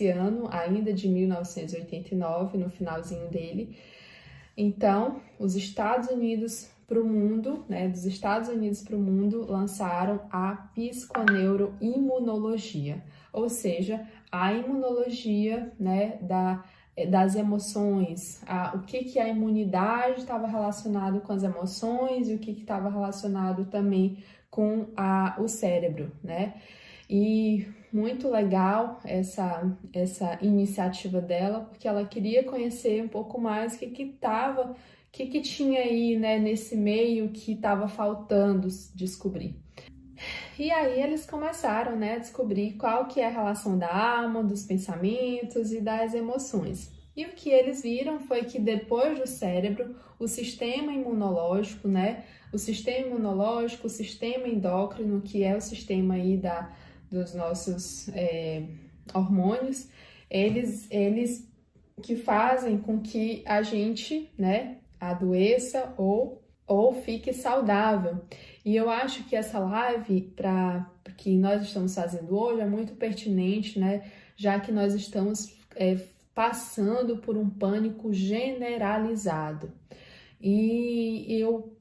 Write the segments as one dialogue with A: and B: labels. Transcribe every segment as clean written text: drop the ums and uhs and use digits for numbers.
A: desse ano, ainda de 1989, no finalzinho dele. Então, os Estados Unidos para o mundo, né, dos Estados Unidos para o mundo, lançaram a psiconeuroimunologia, ou seja, a imunologia, né, das emoções, o que a imunidade estava relacionado com as emoções e o que estava relacionado também com o cérebro, né? E muito legal essa iniciativa dela, porque ela queria conhecer um pouco mais o que tinha aí, né, nesse meio que estava faltando descobrir. E aí eles começaram, né, a descobrir qual que é a relação da alma, dos pensamentos e das emoções. E o que eles viram foi que depois do cérebro, o sistema imunológico, né, o sistema endócrino, que é o sistema aí dos nossos hormônios, eles que fazem com que a gente, né, adoeça ou fique saudável. E eu acho que essa live que nós estamos fazendo hoje é muito pertinente, né, já que nós estamos passando por um pânico generalizado. E eu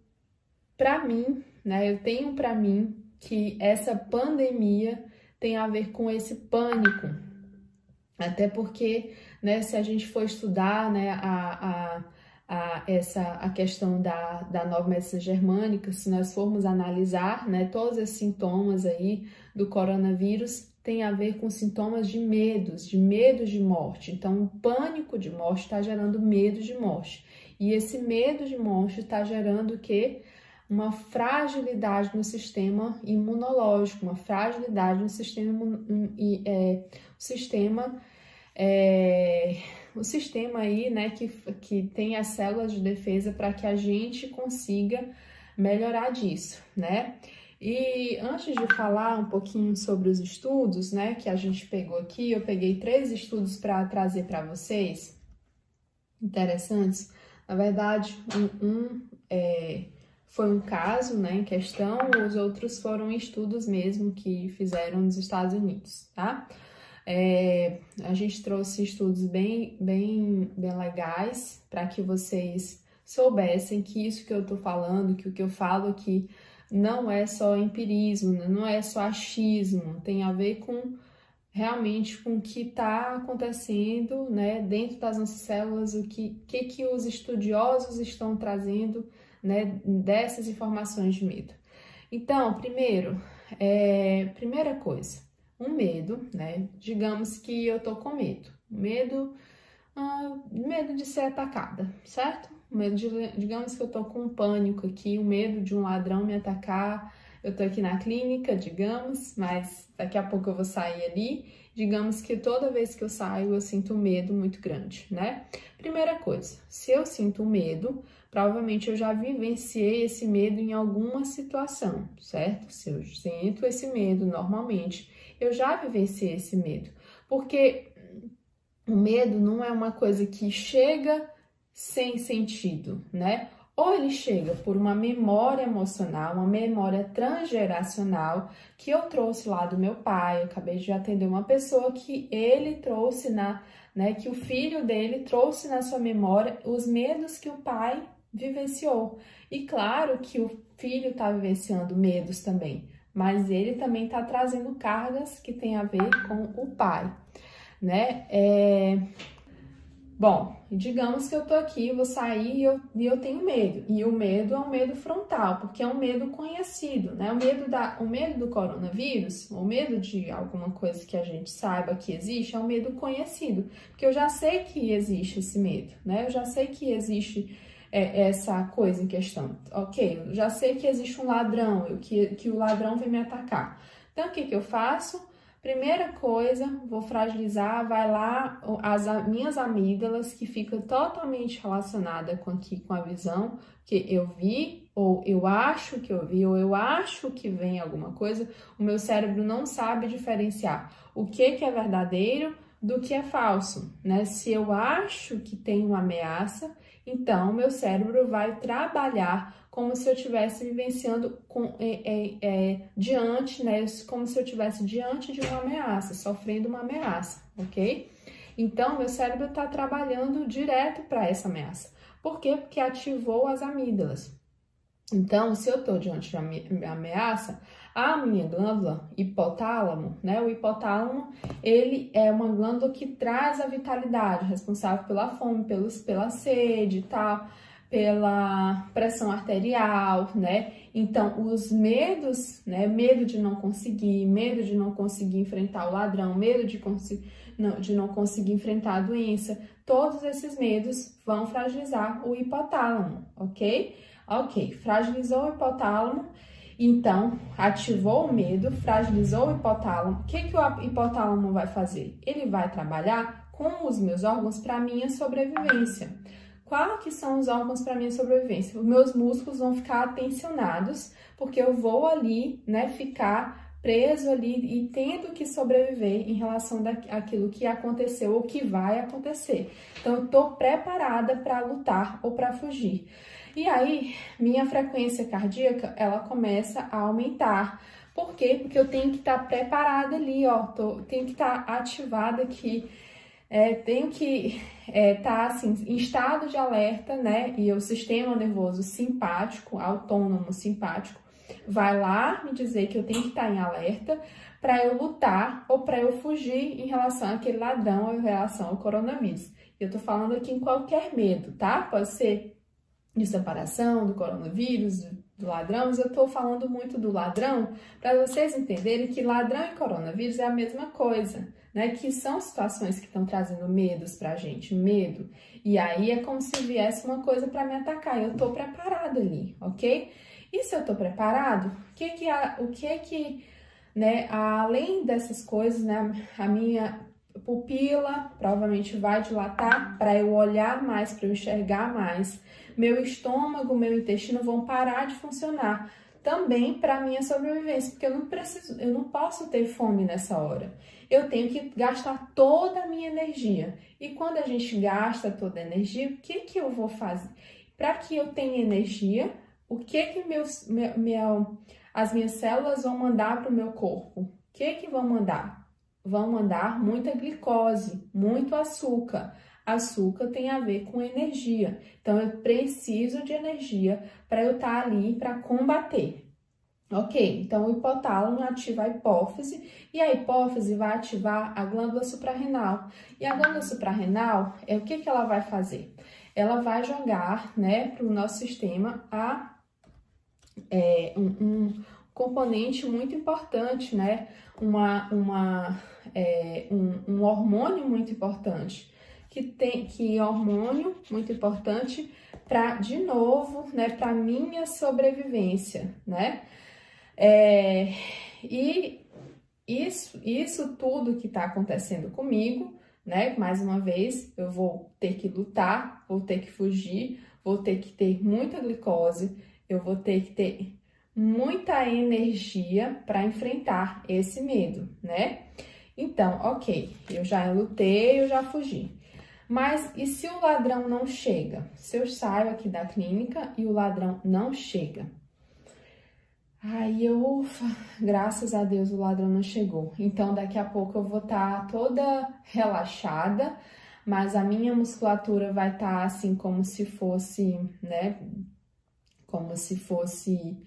A: tenho para mim que essa pandemia tem a ver com esse pânico. Até porque, né, se a gente for estudar, né, a questão da nova medicina germânica, se nós formos analisar, né, todos esses sintomas aí do coronavírus tem a ver com sintomas de medo de morte. Então, o pânico de morte está gerando medo de morte. E esse medo de morte está gerando o quê? Uma fragilidade no sistema imunológico, uma fragilidade no o sistema aí, né, que tem as células de defesa para que a gente consiga melhorar disso, né? E antes de falar um pouquinho sobre os estudos, né, que a gente pegou aqui, eu peguei 3 estudos para trazer para vocês, interessantes. Na verdade, foi um caso, né, em questão, os outros foram estudos mesmo que fizeram nos Estados Unidos, tá? A gente trouxe estudos bem legais para que vocês soubessem que isso que eu tô falando, que o que eu falo aqui não é só empirismo, não é só achismo, tem a ver com realmente com o que está acontecendo, né, dentro das nossas células, o que os estudiosos estão trazendo, né, dessas informações de medo. Então, primeira coisa, um medo, né? Digamos que eu tô com medo, medo de ser atacada, certo? Digamos que eu tô com um pânico aqui, o medo de um ladrão me atacar. Eu tô aqui na clínica, digamos, mas daqui a pouco eu vou sair ali. Digamos que toda vez que eu saio eu sinto um medo muito grande, né? Primeira coisa, se eu sinto medo, provavelmente eu já vivenciei esse medo em alguma situação, certo? Se eu sinto esse medo normalmente, eu já vivenciei esse medo, porque o medo não é uma coisa que chega sem sentido, né? Ou ele chega por uma memória emocional, uma memória transgeracional que eu trouxe lá do meu pai. Eu acabei de atender uma pessoa que ele trouxe que o filho dele trouxe na sua memória os medos que o pai vivenciou. E claro que o filho está vivenciando medos também, mas ele também está trazendo cargas que tem a ver com o pai, né? Bom, digamos que eu tô aqui, vou sair e eu tenho medo. E o medo é um medo frontal, porque é um medo conhecido, né? O medo do coronavírus, o medo de alguma coisa que a gente saiba que existe, é um medo conhecido. Porque eu já sei que existe esse medo, né? Eu já sei que existe essa coisa em questão. Ok, eu já sei que existe um ladrão, que o ladrão vem me atacar. Então, o que eu faço? Primeira coisa, vou fragilizar, vai lá as minhas amígdalas, que ficam totalmente relacionadas com a visão, que eu vi, ou eu acho que eu vi, ou eu acho que vem alguma coisa. O meu cérebro não sabe diferenciar o que é verdadeiro do que é falso, né? Se eu acho que tem uma ameaça, Então, meu cérebro vai trabalhar como se eu estivesse vivenciando diante, né? Como se eu estivesse diante de uma ameaça, sofrendo uma ameaça, ok? Então, meu cérebro está trabalhando direto para essa ameaça. Por quê? Porque ativou as amígdalas. Então, se eu estou diante de uma ameaça, a minha glândula hipotálamo, né? O hipotálamo, ele é uma glândula que traz a vitalidade, responsável pela fome, pela sede e tal, pela pressão arterial, né? Então, os medos, né? Medo de não conseguir enfrentar o ladrão, medo de não conseguir enfrentar a doença, todos esses medos vão fragilizar o hipotálamo, ok? Ok, fragilizou o hipotálamo, então ativou o medo, fragilizou o hipotálamo. O que o hipotálamo vai fazer? Ele vai trabalhar com os meus órgãos para minha sobrevivência. Quais que são os órgãos para minha sobrevivência? Os meus músculos vão ficar tensionados, porque eu vou ali, né, ficar preso ali e tendo que sobreviver em relação àquilo que aconteceu ou que vai acontecer. Então, eu estou preparada para lutar ou para fugir. E aí, minha frequência cardíaca, ela começa a aumentar. Por quê? Porque eu tenho que estar preparada ali, ó, tenho que estar ativada aqui, tenho que estar, assim, em estado de alerta, né? E o sistema nervoso simpático, autônomo simpático, vai lá me dizer que eu tenho que estar em alerta para eu lutar ou para eu fugir em relação àquele ladrão ou em relação ao coronavírus. Eu tô falando aqui em qualquer medo, tá? Pode ser de separação, do coronavírus, do ladrão, mas eu tô falando muito do ladrão para vocês entenderem que ladrão e coronavírus é a mesma coisa, né? Que são situações que estão trazendo medos pra gente, medo. E aí é como se viesse uma coisa para me atacar, eu tô preparado ali, ok? E se eu tô preparado, o que que, né, além dessas coisas, né, a minha pupila provavelmente vai dilatar para eu olhar mais, para eu enxergar mais. Meu estômago, meu intestino vão parar de funcionar. Também para minha sobrevivência, porque eu não posso ter fome nessa hora. Eu tenho que gastar toda a minha energia. E quando a gente gasta toda a energia, o que que eu vou fazer? Para que eu tenha energia, o que que as minhas células vão mandar para o meu corpo? O que que vão mandar? Vão mandar muita glicose, muito açúcar. Açúcar tem a ver com energia. Então, eu preciso de energia para eu estar ali para combater. Ok, então o hipotálamo ativa a hipófise e a hipófise vai ativar a glândula suprarrenal. E a glândula suprarrenal, o que ela vai fazer? Ela vai jogar, né, para o nosso sistema um componente muito importante, né? Um hormônio muito importante, que hormônio muito importante para, de novo, né, para minha sobrevivência, né? E isso tudo que está acontecendo comigo, né? Mais uma vez, eu vou ter que lutar, vou ter que fugir, vou ter que ter muita glicose, eu vou ter que ter muita energia para enfrentar esse medo, né? Então, ok, eu já lutei, eu já fugi. Mas e se o ladrão não chega? Se eu saio aqui da clínica e o ladrão não chega? Aí ufa, graças a Deus o ladrão não chegou. Então daqui a pouco eu vou estar toda relaxada, mas a minha musculatura vai estar assim como se fosse, né? Como se fosse,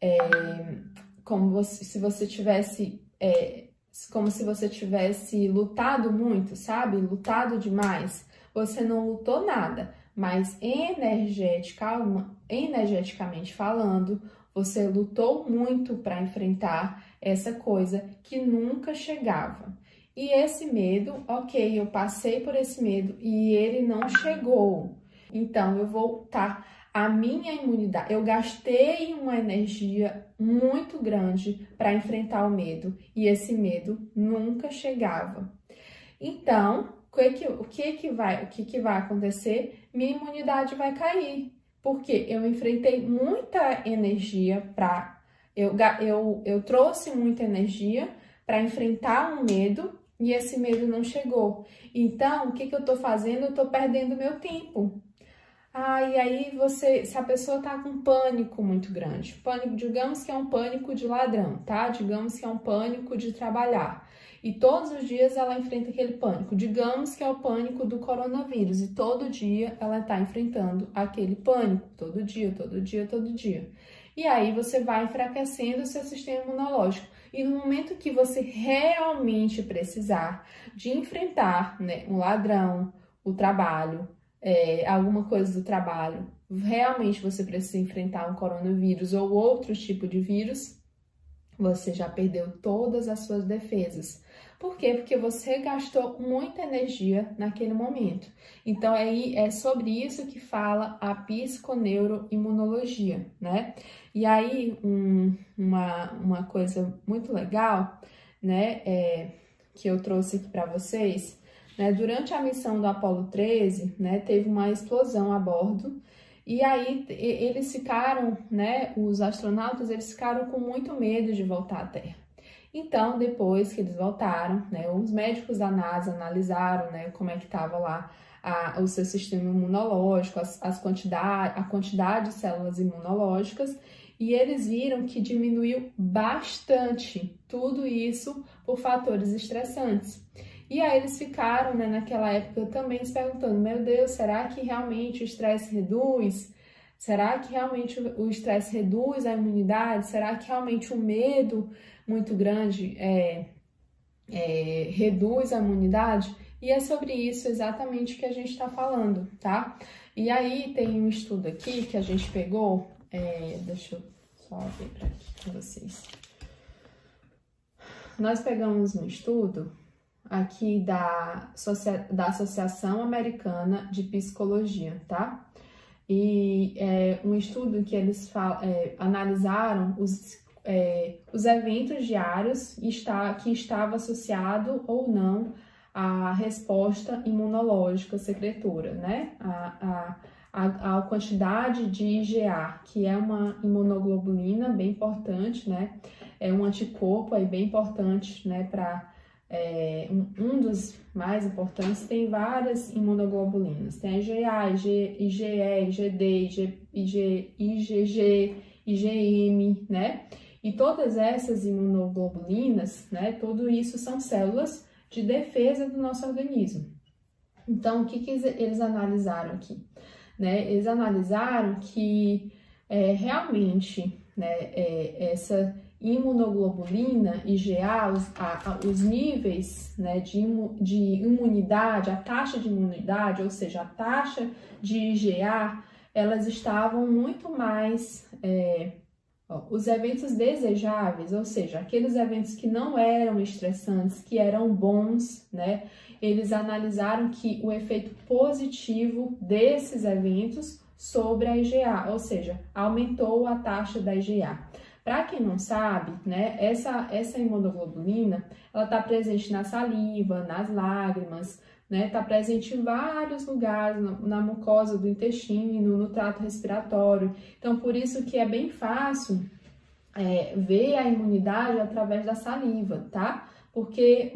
A: se você tivesse, como se você tivesse lutado muito, sabe? Lutado demais. Você não lutou nada, mas energeticamente falando, você lutou muito para enfrentar essa coisa que nunca chegava. E esse medo, ok, eu passei por esse medo e ele não chegou. Então, eu vou estar a minha imunidade. Eu gastei uma energia muito grande para enfrentar o medo e esse medo nunca chegava. Então, o que vai acontecer? Minha imunidade vai cair. Porque eu enfrentei muita energia eu trouxe muita energia para enfrentar um medo e esse medo não chegou. Então, o que eu estou fazendo? Eu estou perdendo meu tempo. E aí você, se a pessoa tá com pânico muito grande, pânico, digamos que é um pânico de ladrão, tá? Digamos que é um pânico de trabalhar. E todos os dias ela enfrenta aquele pânico. Digamos que é o pânico do coronavírus e todo dia ela tá enfrentando aquele pânico, todo dia, todo dia, todo dia. E aí você vai enfraquecendo o seu sistema imunológico. E no momento que você realmente precisar de enfrentar, né, um ladrão, o trabalho, alguma coisa do trabalho, realmente você precisa enfrentar um coronavírus ou outro tipo de vírus, você já perdeu todas as suas defesas. Por quê? Porque você gastou muita energia naquele momento. Então, é sobre isso que fala a psiconeuroimunologia, né? E aí, uma coisa muito legal, né, que eu trouxe aqui para vocês, né, durante a missão do Apollo 13, né, teve uma explosão a bordo. E aí eles ficaram, né, os astronautas, eles ficaram com muito medo de voltar à Terra. Então, depois que eles voltaram, né, os médicos da NASA analisaram, né, como é que estava lá o seu sistema imunológico, a quantidade de células imunológicas, e eles viram que diminuiu bastante tudo isso por fatores estressantes. E aí eles ficaram, né, naquela época também se perguntando, meu Deus, será que realmente o estresse reduz? Será que realmente o estresse reduz a imunidade? Será que realmente o medo muito grande reduz a imunidade? E é sobre isso exatamente que a gente está falando, tá? E aí tem um estudo aqui que a gente pegou, deixa eu só abrir para aqui com vocês. Nós pegamos um estudo aqui da Associação Americana de Psicologia, tá? E um estudo que eles analisaram os eventos diários que estava associado ou não à resposta imunológica secretora, né? A quantidade de IgA, que é uma imunoglobulina bem importante, né? É um anticorpo aí bem importante, né? Um dos mais importantes, tem várias imunoglobulinas, tem a IgA, IgE, IgD, IgG, IgM, né? E todas essas imunoglobulinas, né? Tudo isso são células de defesa do nosso organismo. Então, o que eles analisaram aqui? Né? Eles analisaram que realmente, né, essa imunoglobulina, IgA, os níveis, né, de imunidade, a taxa de imunidade, ou seja, a taxa de IgA, elas estavam muito mais... os eventos desejáveis, ou seja, aqueles eventos que não eram estressantes, que eram bons, né? Eles analisaram que o efeito positivo desses eventos sobre a IgA, ou seja, aumentou a taxa da IgA. Para quem não sabe, né, essa imunoglobulina, ela está presente na saliva, nas lágrimas, né, está presente em vários lugares, na mucosa do intestino, no trato respiratório. Então, por isso que é bem fácil ver a imunidade através da saliva, tá? Porque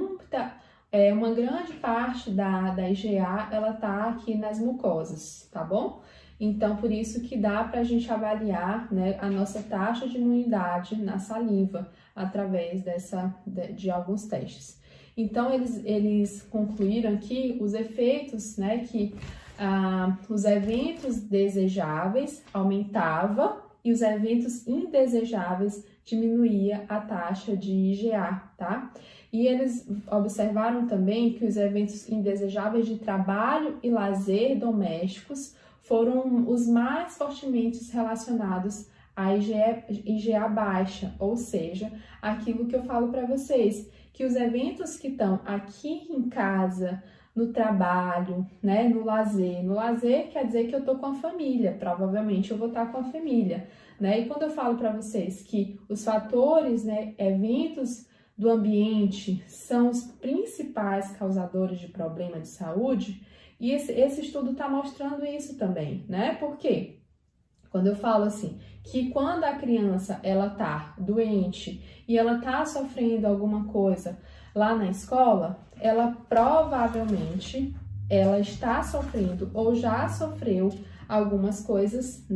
A: uma grande parte da IgA, ela tá aqui nas mucosas, tá bom? Então, por isso que dá para a gente avaliar, né, a nossa taxa de imunidade na saliva através de alguns testes. Então, eles concluíram aqui os efeitos, né, que os eventos desejáveis aumentavam e os eventos indesejáveis diminuía a taxa de IgA, tá? E eles observaram também que os eventos indesejáveis de trabalho e lazer domésticos foram os mais fortemente relacionados à IgA baixa, ou seja, aquilo que eu falo para vocês, que os eventos que estão aqui em casa, no trabalho, né, no lazer quer dizer que eu tô com a família, provavelmente eu vou estar com a família, né, e quando eu falo para vocês que os fatores, né, eventos do ambiente são os principais causadores de problema de saúde, e esse estudo está mostrando isso também, né? Por quê? Quando eu falo assim, que quando a criança ela tá doente e ela tá sofrendo alguma coisa lá na escola, ela provavelmente ela está sofrendo ou já sofreu algumas coisas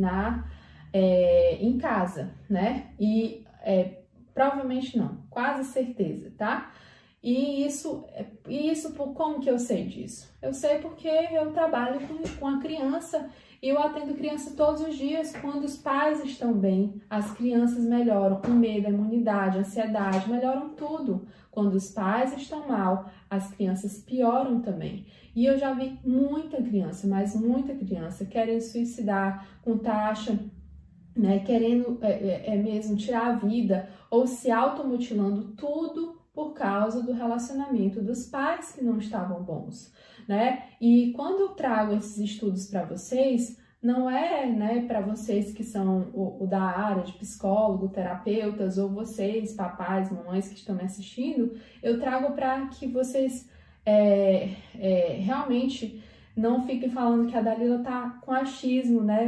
A: em casa, né? E provavelmente não, quase certeza, tá? E isso como que eu sei disso? Eu sei porque eu trabalho com a criança e eu atendo criança todos os dias. Quando os pais estão bem, as crianças melhoram o medo, a imunidade, a ansiedade, melhoram tudo. Quando os pais estão mal, as crianças pioram também. E eu já vi muita criança, mas muita criança querendo suicidar com taxa, né, querendo mesmo tirar a vida ou se automutilando, tudo por causa do relacionamento dos pais que não estavam bons, né? E quando eu trago esses estudos para vocês, não é, né, para vocês que são o da área de psicólogo, terapeutas, ou vocês, papais, mamães que estão me assistindo, eu trago para que vocês realmente não fiquem falando que a Dalila tá com achismo, né?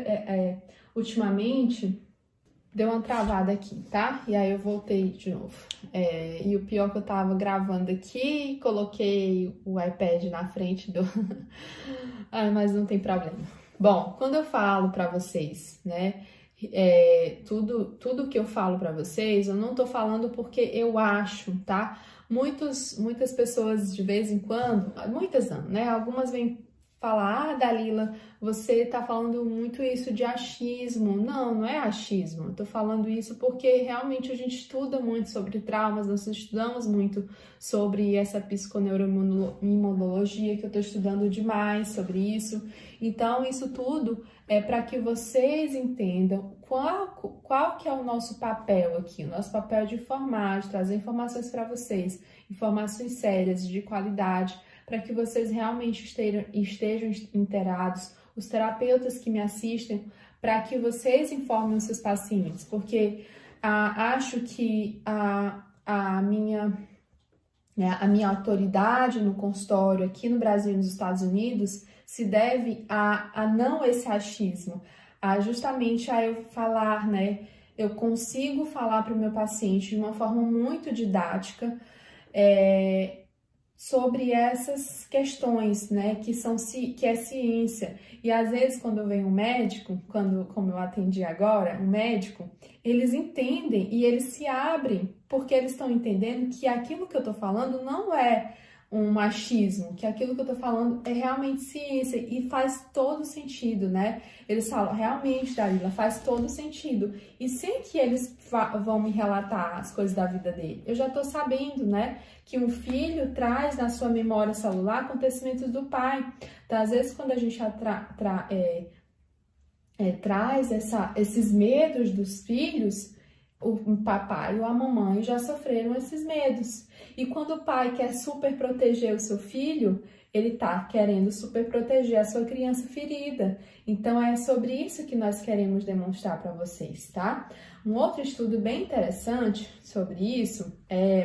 A: Ultimamente deu uma travada aqui, tá? E aí eu voltei de novo. E o pior que eu tava gravando aqui, coloquei o iPad na frente do... mas não tem problema. Bom, quando eu falo pra vocês, né, tudo que eu falo pra vocês, eu não tô falando porque eu acho, tá? Muitas pessoas de vez em quando, muitas não, né? Algumas vêm falar, Dalila, você tá falando muito isso de achismo. Não, não é achismo. Eu tô falando isso porque realmente a gente estuda muito sobre traumas, nós estudamos muito sobre essa psiconeuroimunologia, que eu tô estudando demais sobre isso. Então, isso tudo é para que vocês entendam qual que é o nosso papel aqui. O nosso papel é de informar, de trazer informações para vocês, informações sérias, de qualidade, para que vocês realmente estejam inteirados, os terapeutas que me assistem, para que vocês informem os seus pacientes, porque acho que a minha autoridade no consultório aqui no Brasil e nos Estados Unidos se deve a não esse achismo, justamente a eu falar, né? Eu consigo falar para o meu paciente de uma forma muito didática, sobre essas questões, né, que é ciência. E às vezes quando eu venho um médico, como eu atendi agora, um médico, eles entendem e eles se abrem, porque eles estão entendendo que aquilo que eu tô falando não é um machismo, que aquilo que eu tô falando é realmente ciência e faz todo sentido, né? Eles falam, realmente, Dalila, faz todo sentido. E sem que eles vão me relatar as coisas da vida dele, eu já tô sabendo, né, que um filho traz na sua memória celular acontecimentos do pai. Então, às vezes, quando a gente traz esses medos dos filhos, o papai ou a mamãe já sofreram esses medos. E quando o pai quer super proteger o seu filho, ele tá querendo super proteger a sua criança ferida. Então, é sobre isso que nós queremos demonstrar para vocês, tá? Um outro estudo bem interessante sobre isso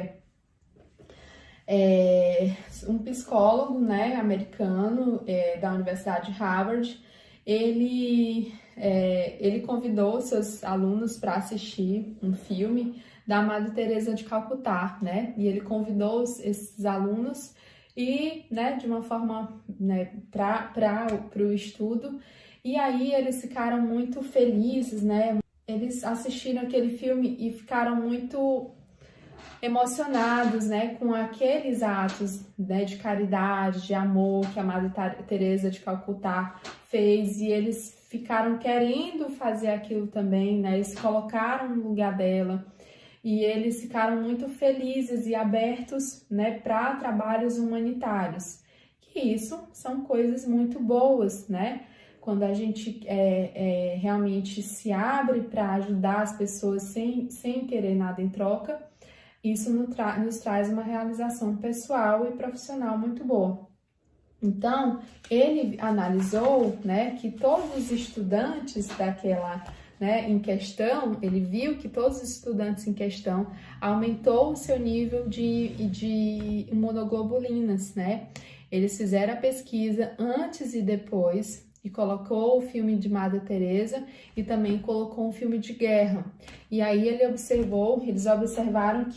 A: um psicólogo, né, americano, da Universidade de Harvard. Ele convidou seus alunos para assistir um filme da Madre Teresa de Calcutá, né? E ele convidou esses alunos e, né, de uma forma, né, para o estudo. E aí eles ficaram muito felizes, né? Eles assistiram aquele filme e ficaram muito emocionados, né, com aqueles atos, né, de caridade, de amor que a Madre Teresa de Calcutá fez, e eles ficaram querendo fazer aquilo também, né, eles se colocaram no lugar dela, e eles ficaram muito felizes e abertos, né, para trabalhos humanitários, que isso são coisas muito boas, né, quando a gente realmente se abre para ajudar as pessoas sem querer nada em troca. Isso nos traz uma realização pessoal e profissional muito boa. Então, ele analisou, né, que todos os estudantes daquela, né, em questão, ele viu que todos os estudantes em questão aumentou o seu nível de imunoglobulinas, né? Eles fizeram a pesquisa antes e depois e colocou o filme de Madre Teresa e também colocou um filme de guerra. E aí eles observaram que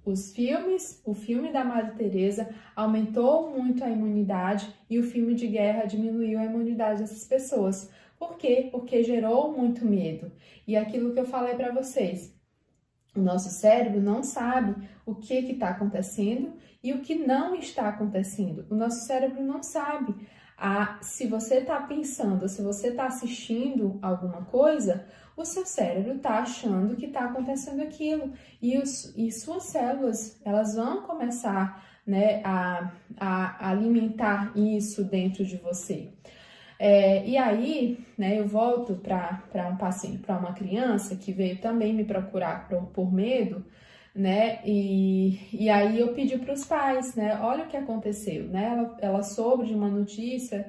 A: o filme da Madre Teresa aumentou muito a imunidade e o filme de guerra diminuiu a imunidade dessas pessoas. Por quê? Porque gerou muito medo. E aquilo que eu falei para vocês, o nosso cérebro não sabe o que está acontecendo e o que não está acontecendo. O nosso cérebro não sabe. Se você está pensando, se você está assistindo alguma coisa, o seu cérebro está achando que está acontecendo aquilo. E suas células, elas vão começar, né, a alimentar isso dentro de você. E aí, né, eu volto para um paciente, para uma criança que veio também me procurar por medo, né, e aí eu pedi para os pais, né, olha o que aconteceu, né, ela soube de uma notícia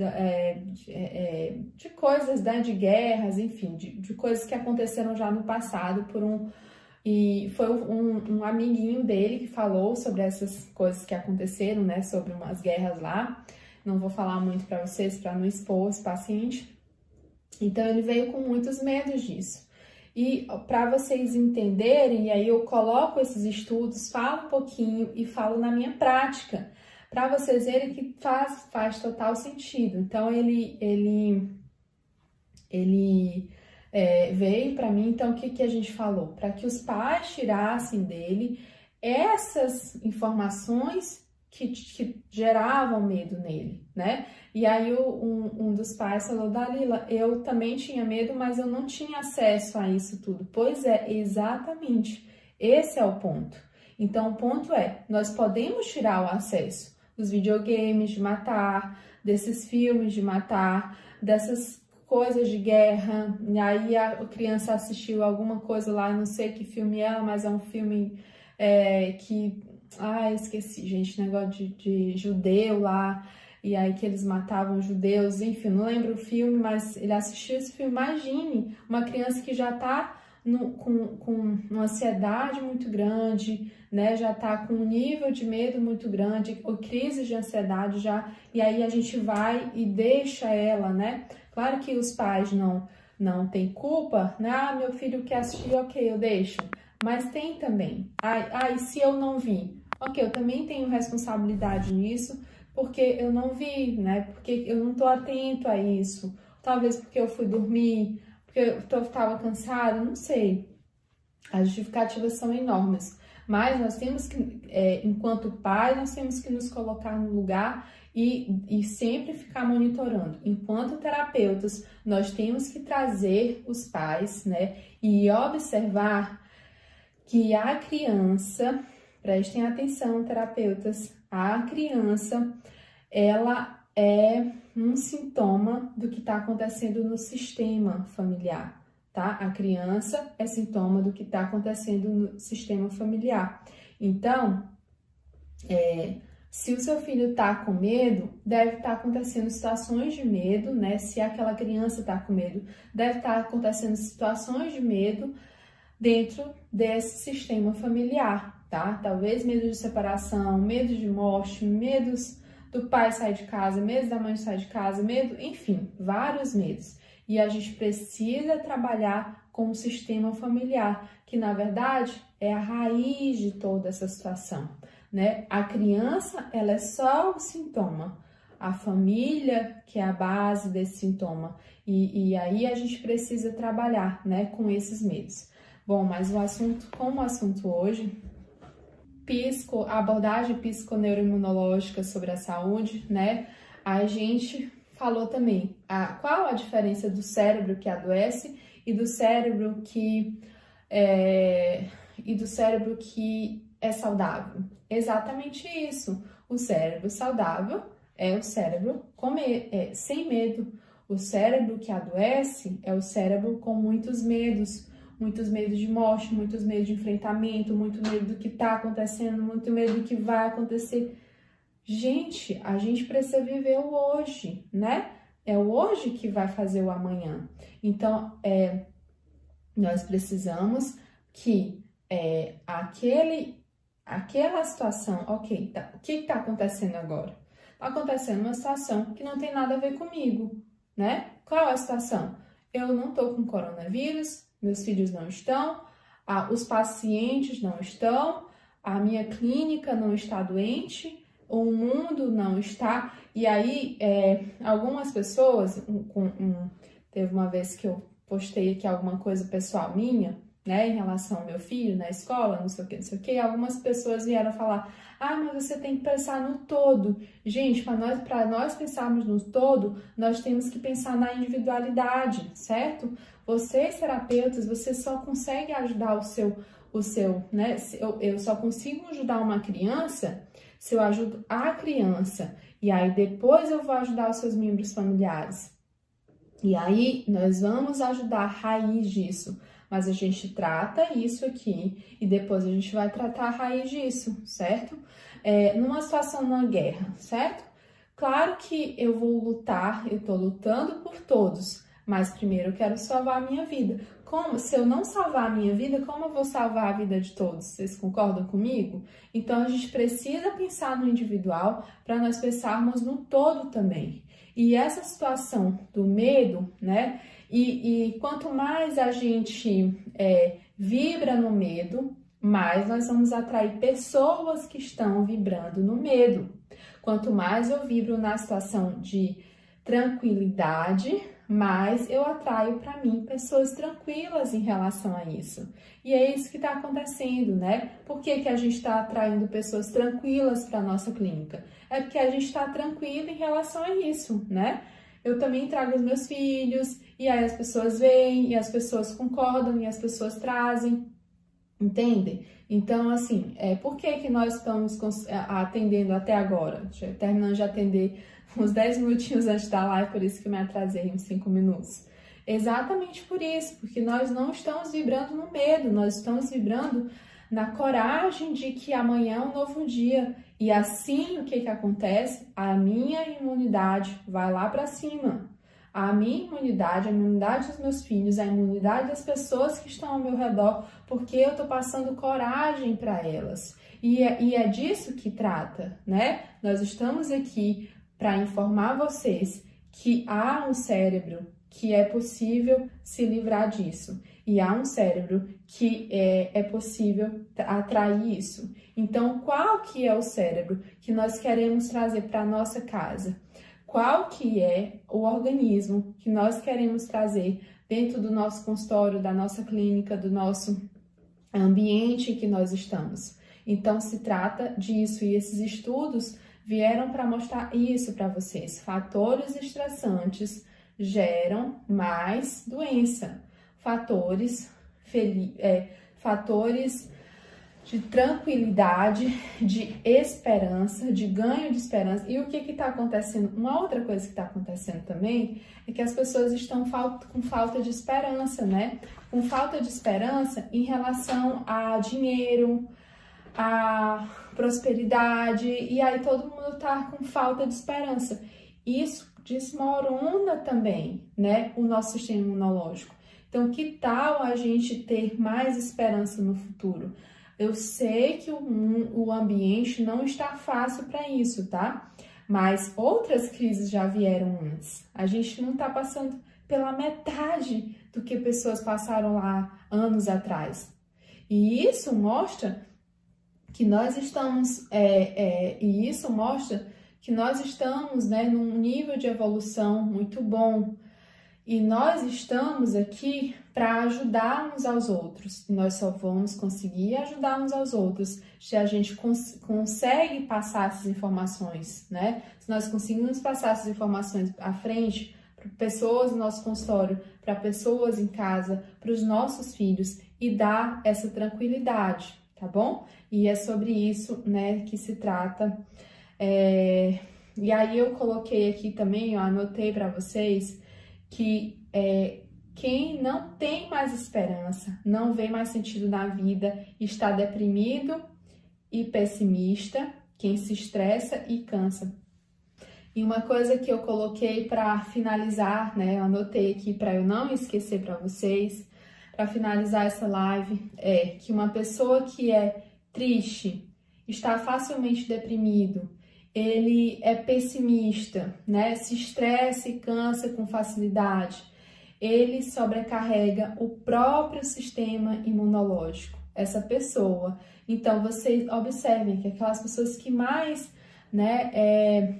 A: de coisas, né, de guerras, enfim, de coisas que aconteceram já no passado e foi um amiguinho dele que falou sobre essas coisas que aconteceram, né, sobre umas guerras lá. Não vou falar muito para vocês para não expor esse paciente. Então, ele veio com muitos medos disso. E para vocês entenderem, e aí eu coloco esses estudos, falo um pouquinho e falo na minha prática, para vocês verem que faz total sentido. Então, ele veio para mim, então o que a gente falou? Para que os pais tirassem dele essas informações que geravam medo nele, né? E aí um dos pais falou, Dalila, eu também tinha medo, mas eu não tinha acesso a isso tudo. Pois é, exatamente, esse é o ponto. Então o ponto é, nós podemos tirar o acesso dos videogames de matar, desses filmes de matar, dessas coisas de guerra, e aí a criança assistiu alguma coisa lá, não sei que filme é, mas é um filme que... esqueci, gente, negócio de judeu lá, e aí que eles matavam judeus, enfim, não lembro o filme, mas ele assistiu esse filme. Imagine uma criança que já tá com uma ansiedade muito grande, né, já tá com um nível de medo muito grande, ou crise de ansiedade já, e aí a gente vai e deixa ela, né, claro que os pais não têm culpa, né, meu filho quer assistir, ok, eu deixo, mas tem também, e se eu não vi? Ok, eu também tenho responsabilidade nisso, porque eu não vi, né? Porque eu não tô atento a isso. Talvez porque eu fui dormir, porque eu tava cansada, não sei. As justificativas são enormes. Mas nós temos que, enquanto pais, nós temos que nos colocar no lugar e sempre ficar monitorando. Enquanto terapeutas, nós temos que trazer os pais, né? E observar que a criança... Prestem atenção, terapeutas, a criança, ela é um sintoma do que está acontecendo no sistema familiar, tá? A criança é sintoma do que está acontecendo no sistema familiar. Então, se o seu filho está com medo, deve estar acontecendo situações de medo, né? Se aquela criança está com medo, deve estar acontecendo situações de medo dentro desse sistema familiar. Tá? Talvez medo de separação, medo de morte, medos do pai sair de casa, medo da mãe sair de casa, medo, enfim, vários medos. E a gente precisa trabalhar com o sistema familiar, que na verdade é a raiz de toda essa situação, né? A criança, ela é só o sintoma, a família que é a base desse sintoma. E aí a gente precisa trabalhar, né, com esses medos. Bom, mas como o assunto hoje... a abordagem psiconeuroimunológica sobre a saúde, né? A gente falou também qual a diferença do cérebro que adoece e do cérebro que é saudável. Exatamente isso. O cérebro saudável é o cérebro sem medo. O cérebro que adoece é o cérebro com muitos medos de morte, muitos medos de enfrentamento, muito medo do que está acontecendo, muito medo do que vai acontecer. Gente, a gente precisa viver o hoje, né? É o hoje que vai fazer o amanhã. Então, nós precisamos que aquela situação, ok, o que está acontecendo agora? Está acontecendo uma situação que não tem nada a ver comigo, né? Qual é a situação? Eu não estou com coronavírus, meus filhos não estão, os pacientes não estão, a minha clínica não está doente, o mundo não está. E aí, algumas pessoas, teve uma vez que eu postei aqui alguma coisa pessoal minha, né, em relação ao meu filho na escola, não sei o que, algumas pessoas vieram falar, mas você tem que pensar no todo. Gente, para nós pensarmos no todo, nós temos que pensar na individualidade, certo? Vocês, terapeutas, você só consegue ajudar né, eu só consigo ajudar uma criança se eu ajudo a criança, e aí depois eu vou ajudar os seus membros familiares. E aí nós vamos ajudar a raiz disso. Mas a gente trata isso aqui e depois a gente vai tratar a raiz disso, certo? Numa situação, numa guerra, certo? Claro que eu vou lutar, eu tô lutando por todos, mas primeiro eu quero salvar a minha vida. Se eu não salvar a minha vida, como eu vou salvar a vida de todos? Vocês concordam comigo? Então a gente precisa pensar no individual para nós pensarmos no todo também. E essa situação do medo, né? E quanto mais a gente vibra no medo, mais nós vamos atrair pessoas que estão vibrando no medo. Quanto mais eu vibro na situação de tranquilidade, mais eu atraio para mim pessoas tranquilas em relação a isso. E é isso que está acontecendo, né? Por que a gente está atraindo pessoas tranquilas para a nossa clínica? É porque a gente está tranquilo em relação a isso, né? Eu também trago os meus filhos, e aí as pessoas veem, e as pessoas concordam, e as pessoas trazem, entende? Então, assim, por que nós estamos atendendo até agora? Terminando de atender uns 10 minutinhos antes da live, por isso que eu me atrasei uns 5 minutos. Exatamente por isso, porque nós não estamos vibrando no medo, nós estamos vibrando na coragem de que amanhã é um novo dia. E assim, o que acontece? A minha imunidade vai lá para cima. A minha imunidade, a imunidade dos meus filhos, a imunidade das pessoas que estão ao meu redor, porque eu tô passando coragem para elas. E é disso que trata, né? Nós estamos aqui para informar vocês que há um cérebro que é possível se livrar disso. E há um cérebro que é possível atrair isso. Então, qual que é o cérebro que nós queremos trazer para a nossa casa? Qual que é o organismo que nós queremos trazer dentro do nosso consultório, da nossa clínica, do nosso ambiente em que nós estamos? Então, se trata disso, e esses estudos vieram para mostrar isso para vocês. Fatores estressantes geram mais doença. Fatores de tranquilidade, de esperança, de ganho de esperança. E o que está acontecendo? Uma outra coisa que está acontecendo também é que as pessoas estão com falta de esperança, né? Com falta de esperança em relação a dinheiro, a prosperidade, e aí todo mundo está com falta de esperança. Isso desmorona também, né, o nosso sistema imunológico. Então, que tal a gente ter mais esperança no futuro? Eu sei que o ambiente não está fácil para isso, tá? Mas outras crises já vieram antes. A gente não está passando pela metade do que pessoas passaram lá anos atrás. E isso mostra que nós estamos, né, num nível de evolução muito bom. E nós estamos aqui para ajudar uns aos outros. E nós só vamos conseguir ajudar uns aos outros se a gente consegue passar essas informações, né? Se nós conseguimos passar essas informações à frente para pessoas no nosso consultório, para pessoas em casa, para os nossos filhos, e dar essa tranquilidade, tá bom? E é sobre isso, né, que se trata. E aí eu coloquei aqui também, eu anotei para vocês que quem não tem mais esperança, não vê mais sentido na vida, está deprimido e pessimista, quem se estressa e cansa. E uma coisa que eu coloquei para finalizar, né, eu anotei aqui para eu não esquecer para vocês, para finalizar essa live, é que uma pessoa que é triste, está facilmente deprimido, ele é pessimista, né? Se estressa e cansa com facilidade, ele sobrecarrega o próprio sistema imunológico. essa pessoa. Então, vocês observem que aquelas pessoas que mais, né,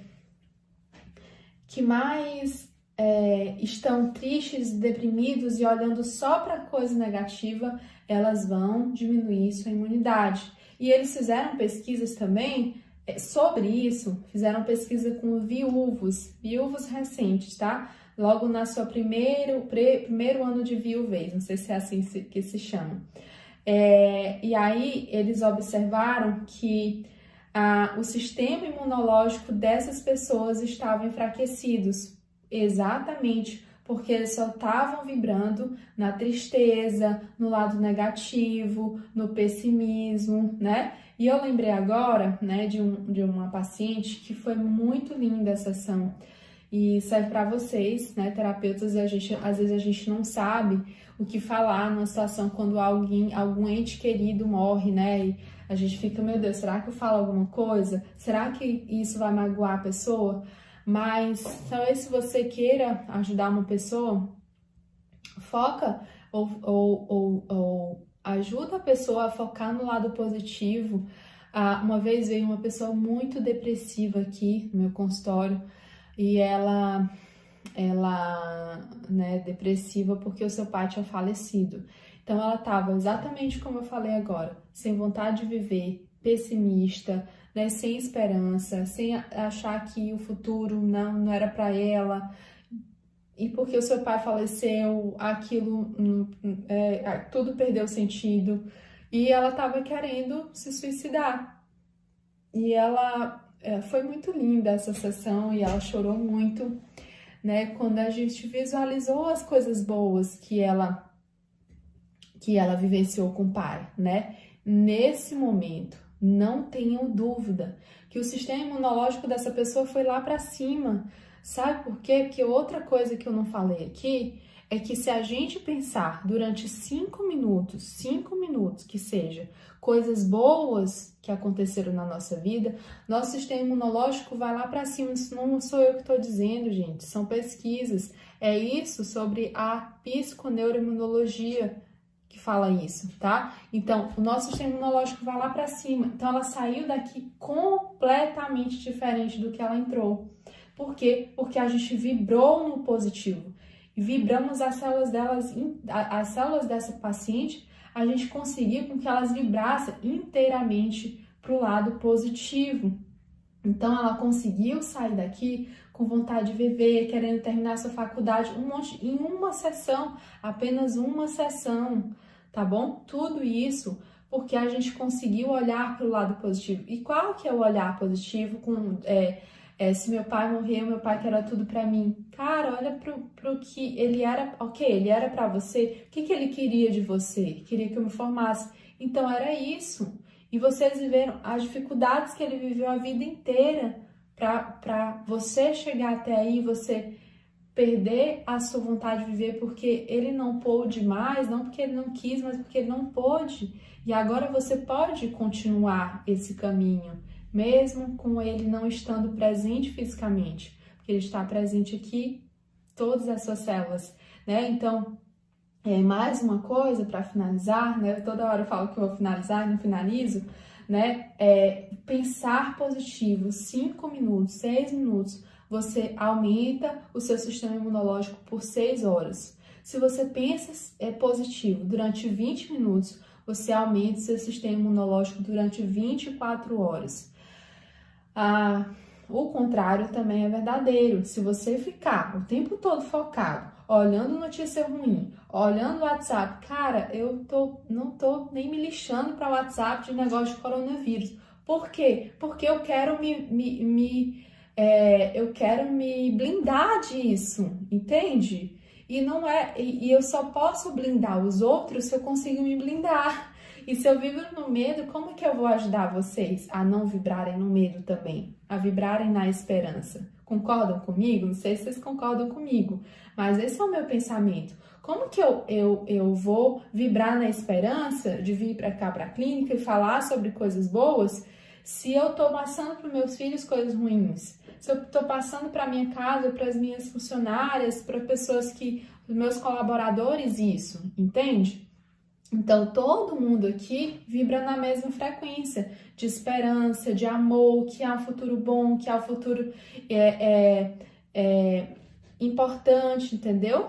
A: estão tristes, deprimidos e olhando só para coisa negativa, elas vão diminuir sua imunidade. E eles fizeram pesquisas também sobre isso, fizeram pesquisa com viúvos recentes, tá? Logo na sua primeiro ano de viuvez, não sei se é assim que se chama. E aí eles observaram que o sistema imunológico dessas pessoas estava enfraquecidos, exatamente porque eles só estavam vibrando na tristeza, no lado negativo, no pessimismo, né? E eu lembrei agora, né, de uma paciente que foi muito linda essa sessão. E serve para vocês, né, terapeutas, às vezes a gente não sabe o que falar numa situação quando algum ente querido morre, né? E a gente fica, meu Deus, será que eu falo alguma coisa? Será que isso vai magoar a pessoa? Mas talvez se você queira ajudar uma pessoa, foca ou ajuda a pessoa a focar no lado positivo. Uma vez veio uma pessoa muito depressiva aqui no meu consultório e ela, né, depressiva porque o seu pai tinha falecido. Então ela estava exatamente como eu falei agora, sem vontade de viver, pessimista, né, sem esperança, sem achar que o futuro não era para ela. E porque o seu pai faleceu, aquilo, tudo perdeu sentido. E ela estava querendo se suicidar. E ela foi muito linda essa sessão e ela chorou muito, né? Quando a gente visualizou as coisas boas que ela vivenciou com o pai, né? Nesse momento, não tenham dúvida que o sistema imunológico dessa pessoa foi lá para cima. Sabe por quê? Porque outra coisa que eu não falei aqui é que se a gente pensar durante 5 minutos que seja, coisas boas que aconteceram na nossa vida, nosso sistema imunológico vai lá para cima. Isso não sou eu que estou dizendo, gente, são pesquisas. É isso sobre a psiconeuroimunologia que fala isso, tá? Então, o nosso sistema imunológico vai lá para cima. Então, ela saiu daqui completamente diferente do que ela entrou. Por quê? Porque a gente vibrou no positivo. E vibramos as células dessa paciente, a gente conseguiu com que elas vibrassem inteiramente para o lado positivo. Então, ela conseguiu sair daqui com vontade de viver, querendo terminar sua faculdade, em uma sessão, apenas uma sessão, tá bom? Tudo isso porque a gente conseguiu olhar para o lado positivo. E qual que é o olhar positivo? Se meu pai morreu, meu pai que era tudo para mim. Cara, olha pro que ele era, ok, ele era para você. O que ele queria de você? Queria que eu me formasse. Então, era isso. E vocês viveram as dificuldades que ele viveu a vida inteira para você chegar até aí, você perder a sua vontade de viver porque ele não pôde mais, não porque ele não quis, mas porque ele não pôde. E agora você pode continuar esse caminho, mesmo com ele não estando presente fisicamente, porque ele está presente aqui, todas as suas células, né? Então, mais uma coisa para finalizar, né? Toda hora eu falo que eu vou finalizar e não finalizo, né? Pensar positivo, 5 minutos, 6 minutos, você aumenta o seu sistema imunológico por 6 horas. Se você pensa positivo durante 20 minutos, você aumenta o seu sistema imunológico durante 24 horas. O contrário também é verdadeiro. Se você ficar o tempo todo focado, olhando notícia ruim, olhando o WhatsApp, cara, eu não tô nem me lixando para o WhatsApp de negócio de coronavírus. Por quê? Porque eu quero eu quero me blindar disso, entende? E eu só posso blindar os outros se eu consigo me blindar. E se eu vivo no medo, como que eu vou ajudar vocês a não vibrarem no medo também? A vibrarem na esperança? Concordam comigo? Não sei se vocês concordam comigo, mas esse é o meu pensamento. Como que eu vou vibrar na esperança de vir para cá, para a clínica e falar sobre coisas boas, se eu estou passando para os meus filhos coisas ruins? Se eu estou passando para minha casa, para as minhas funcionárias, para pessoas os meus colaboradores, isso, entende? Então, todo mundo aqui vibra na mesma frequência de esperança, de amor, que há um futuro bom, que há um futuro importante, entendeu?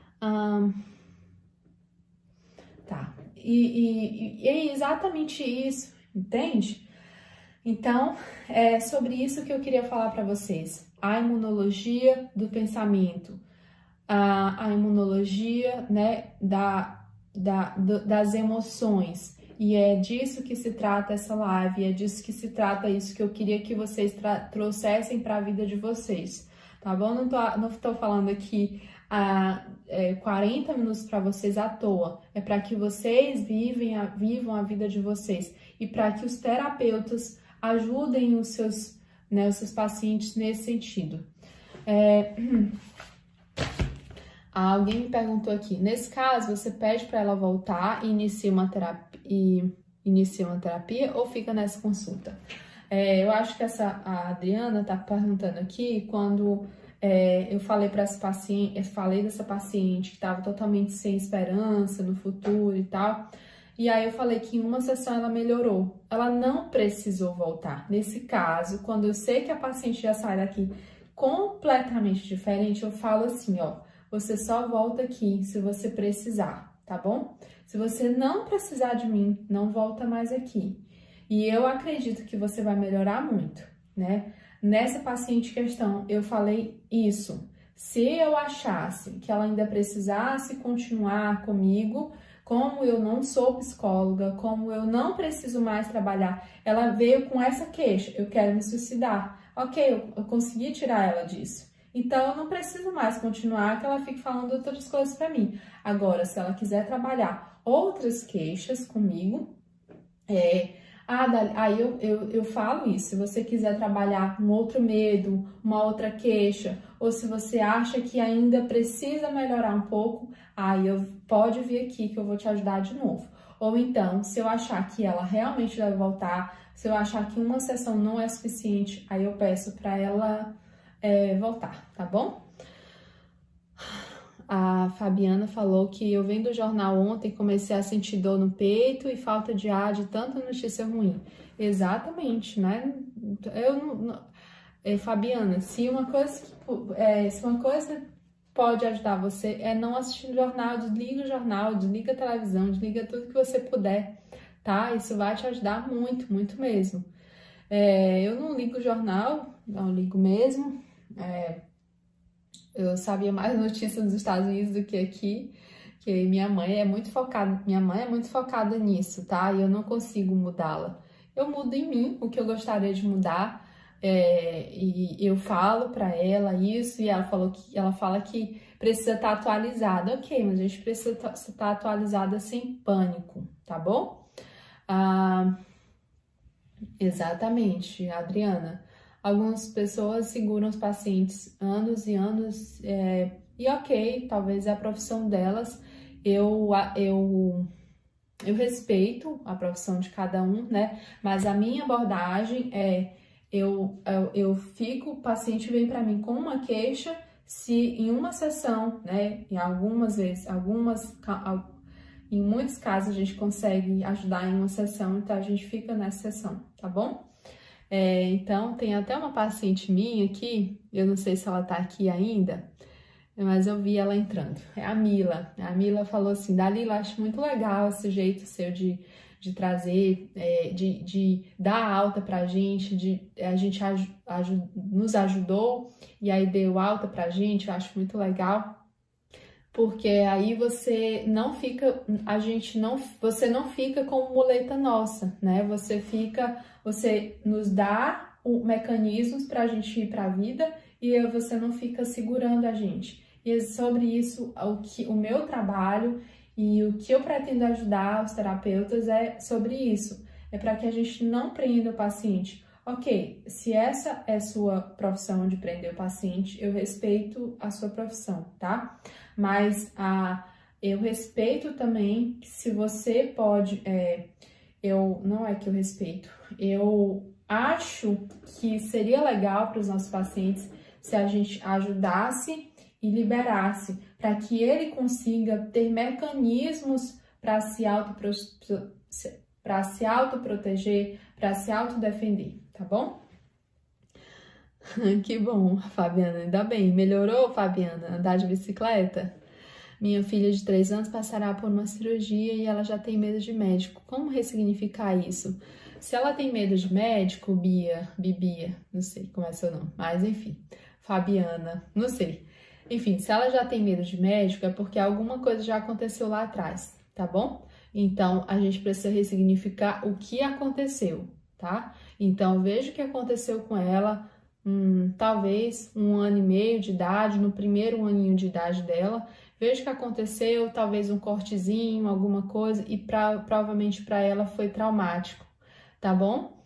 A: Tá. E é exatamente isso, entende? Então, é sobre isso que eu queria falar para vocês. A imunologia do pensamento, a imunologia, né, das emoções. E é disso que se trata essa live, é disso que se trata isso que eu queria que vocês trouxessem para a vida de vocês, tá bom? Não tô falando aqui 40 minutos para vocês à toa, é para que vocês vivam a vida de vocês e para que os terapeutas ajudem os seus pacientes nesse sentido. Alguém me perguntou aqui, nesse caso, você pede para ela voltar e inicia uma terapia ou fica nessa consulta? Eu acho que a Adriana tá perguntando aqui quando eu falei para essa paciente, dessa paciente que estava totalmente sem esperança no futuro e tal. E aí eu falei que em uma sessão ela melhorou. Ela não precisou voltar. Nesse caso, quando eu sei que a paciente já sai daqui completamente diferente, eu falo assim, ó, você só volta aqui se você precisar, tá bom? Se você não precisar de mim, não volta mais aqui. E eu acredito que você vai melhorar muito, né? Nessa paciente questão, eu falei isso. Se eu achasse que ela ainda precisasse continuar comigo, como eu não sou psicóloga, como eu não preciso mais trabalhar, ela veio com essa queixa, eu quero me suicidar. Ok, eu consegui tirar ela disso. Então, eu não preciso mais continuar que ela fique falando outras coisas para mim. Agora, se ela quiser trabalhar outras queixas comigo, aí eu falo isso. Se você quiser trabalhar um outro medo, uma outra queixa, ou se você acha que ainda precisa melhorar um pouco, aí pode vir aqui que eu vou te ajudar de novo. Ou então, se eu achar que ela realmente deve voltar, se eu achar que uma sessão não é suficiente, aí eu peço para ela voltar, tá bom? A Fabiana falou que eu vendo o jornal ontem, comecei a sentir dor no peito e falta de ar de tanta notícia ruim. Exatamente, né? Fabiana, se uma coisa pode ajudar você é não assistir jornal, desliga a televisão, desliga tudo que você puder, tá? Isso vai te ajudar muito, muito mesmo. Eu não ligo o jornal, não ligo mesmo. Eu sabia mais notícias dos Estados Unidos do que aqui, que minha mãe é muito focada nisso, tá? E eu não consigo mudá-la. Eu mudo em mim o que eu gostaria de mudar, e eu falo pra ela isso, e ela fala que precisa estar atualizada. Ok, mas a gente precisa estar atualizada sem pânico, tá bom? Exatamente, Adriana. Algumas pessoas seguram os pacientes anos e anos, e ok, talvez é a profissão delas. Eu respeito a profissão de cada um, né? Mas a minha abordagem eu fico, o paciente vem para mim com uma queixa, se em uma sessão, né? Em em muitos casos a gente consegue ajudar em uma sessão, então a gente fica nessa sessão, tá bom? Então, tem até uma paciente minha aqui, eu não sei se ela tá aqui ainda, mas eu vi ela entrando. É a Mila. A Mila falou assim, Dalila, acho muito legal esse jeito seu de trazer, de dar alta pra gente, a gente nos ajudou e aí deu alta pra gente, eu acho muito legal. Porque aí você não fica como muleta nossa, né? Você nos dá mecanismos para a gente ir para a vida e você não fica segurando a gente. E é sobre isso o meu trabalho e o que eu pretendo ajudar os terapeutas é sobre isso. É para que a gente não prenda o paciente. Ok, se essa é sua profissão de prender o paciente, eu respeito a sua profissão, tá? Mas eu respeito também que se você pode, não é que eu respeito, eu acho que seria legal para os nossos pacientes se a gente ajudasse e liberasse, para que ele consiga ter mecanismos para se autoproteger, para se autodefender, tá bom? Que bom, Fabiana, ainda bem. Melhorou, Fabiana, andar de bicicleta? Minha filha de 3 anos passará por uma cirurgia e ela já tem medo de médico. Como ressignificar isso? Se ela tem medo de médico, Bibia, não sei como é seu nome, mas enfim, Fabiana, não sei. Enfim, se ela já tem medo de médico é porque alguma coisa já aconteceu lá atrás, tá bom? Então, a gente precisa ressignificar o que aconteceu, tá? Então, veja o que aconteceu com ela, talvez 1 ano e meio de idade, no primeiro aninho de idade dela, veja o que aconteceu, talvez um cortezinho, alguma coisa, e provavelmente para ela foi traumático, tá bom?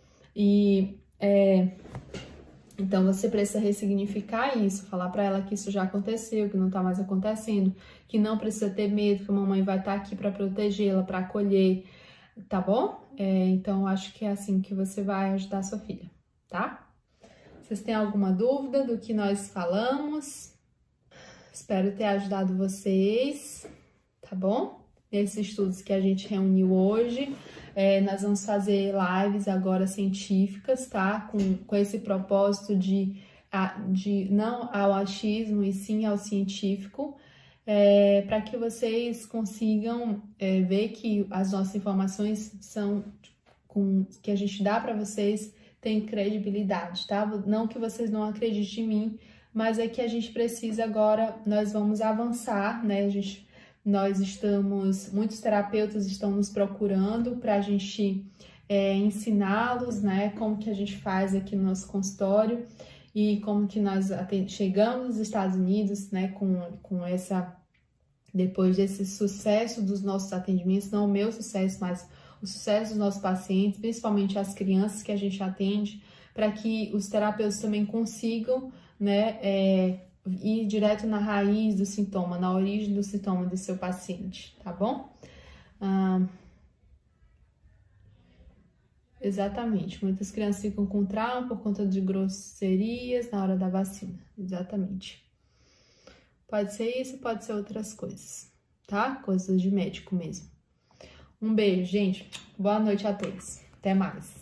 A: Então você precisa ressignificar isso, falar para ela que isso já aconteceu, que não tá mais acontecendo, que não precisa ter medo, que a mamãe vai estar aqui para protegê-la, para acolher, tá bom? Então acho que é assim que você vai ajudar a sua filha, tá? Vocês têm alguma dúvida do que nós falamos? Espero ter ajudado vocês, tá bom? Nesses estudos que a gente reuniu hoje, nós vamos fazer lives agora científicas, tá? Com esse propósito de não ao achismo e sim ao científico, para que vocês consigam ver que as nossas informações que a gente dá para vocês tem credibilidade, tá? Não que vocês não acreditem em mim, mas é que a gente precisa agora, nós vamos avançar, né? Muitos terapeutas estão nos procurando para a gente ensiná-los, né? Como que a gente faz aqui no nosso consultório e como que nós chegamos nos Estados Unidos, né? Depois desse sucesso dos nossos atendimentos, não o meu sucesso, mas o sucesso dos nossos pacientes, principalmente as crianças que a gente atende, para que os terapeutas também consigam, né, ir direto na raiz do sintoma, na origem do sintoma do seu paciente, tá bom? Exatamente, muitas crianças ficam com trauma por conta de grosserias na hora da vacina, exatamente. Pode ser isso, pode ser outras coisas, tá? Coisas de médico mesmo. Um beijo, gente. Boa noite a todos. Até mais.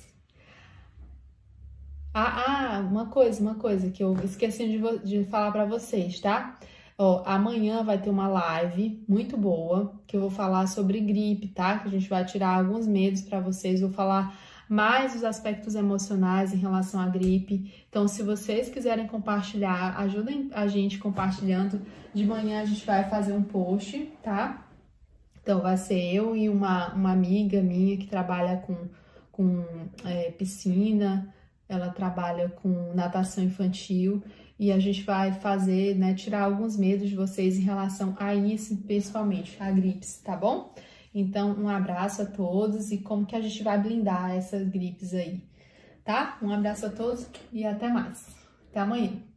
A: Uma coisa que eu esqueci de falar para vocês, tá? Amanhã vai ter uma live muito boa, que eu vou falar sobre gripe, tá? Que a gente vai tirar alguns medos para vocês, vou falar mais dos aspectos emocionais em relação à gripe. Então, se vocês quiserem compartilhar, ajudem a gente compartilhando. De manhã a gente vai fazer um post, tá? Então, vai ser eu e uma amiga minha que trabalha com piscina, ela trabalha com natação infantil e a gente vai fazer, né, tirar alguns medos de vocês em relação a isso, principalmente a gripes, tá bom? Então, um abraço a todos e como que a gente vai blindar essas gripes aí, tá? Um abraço a todos e até mais. Até amanhã.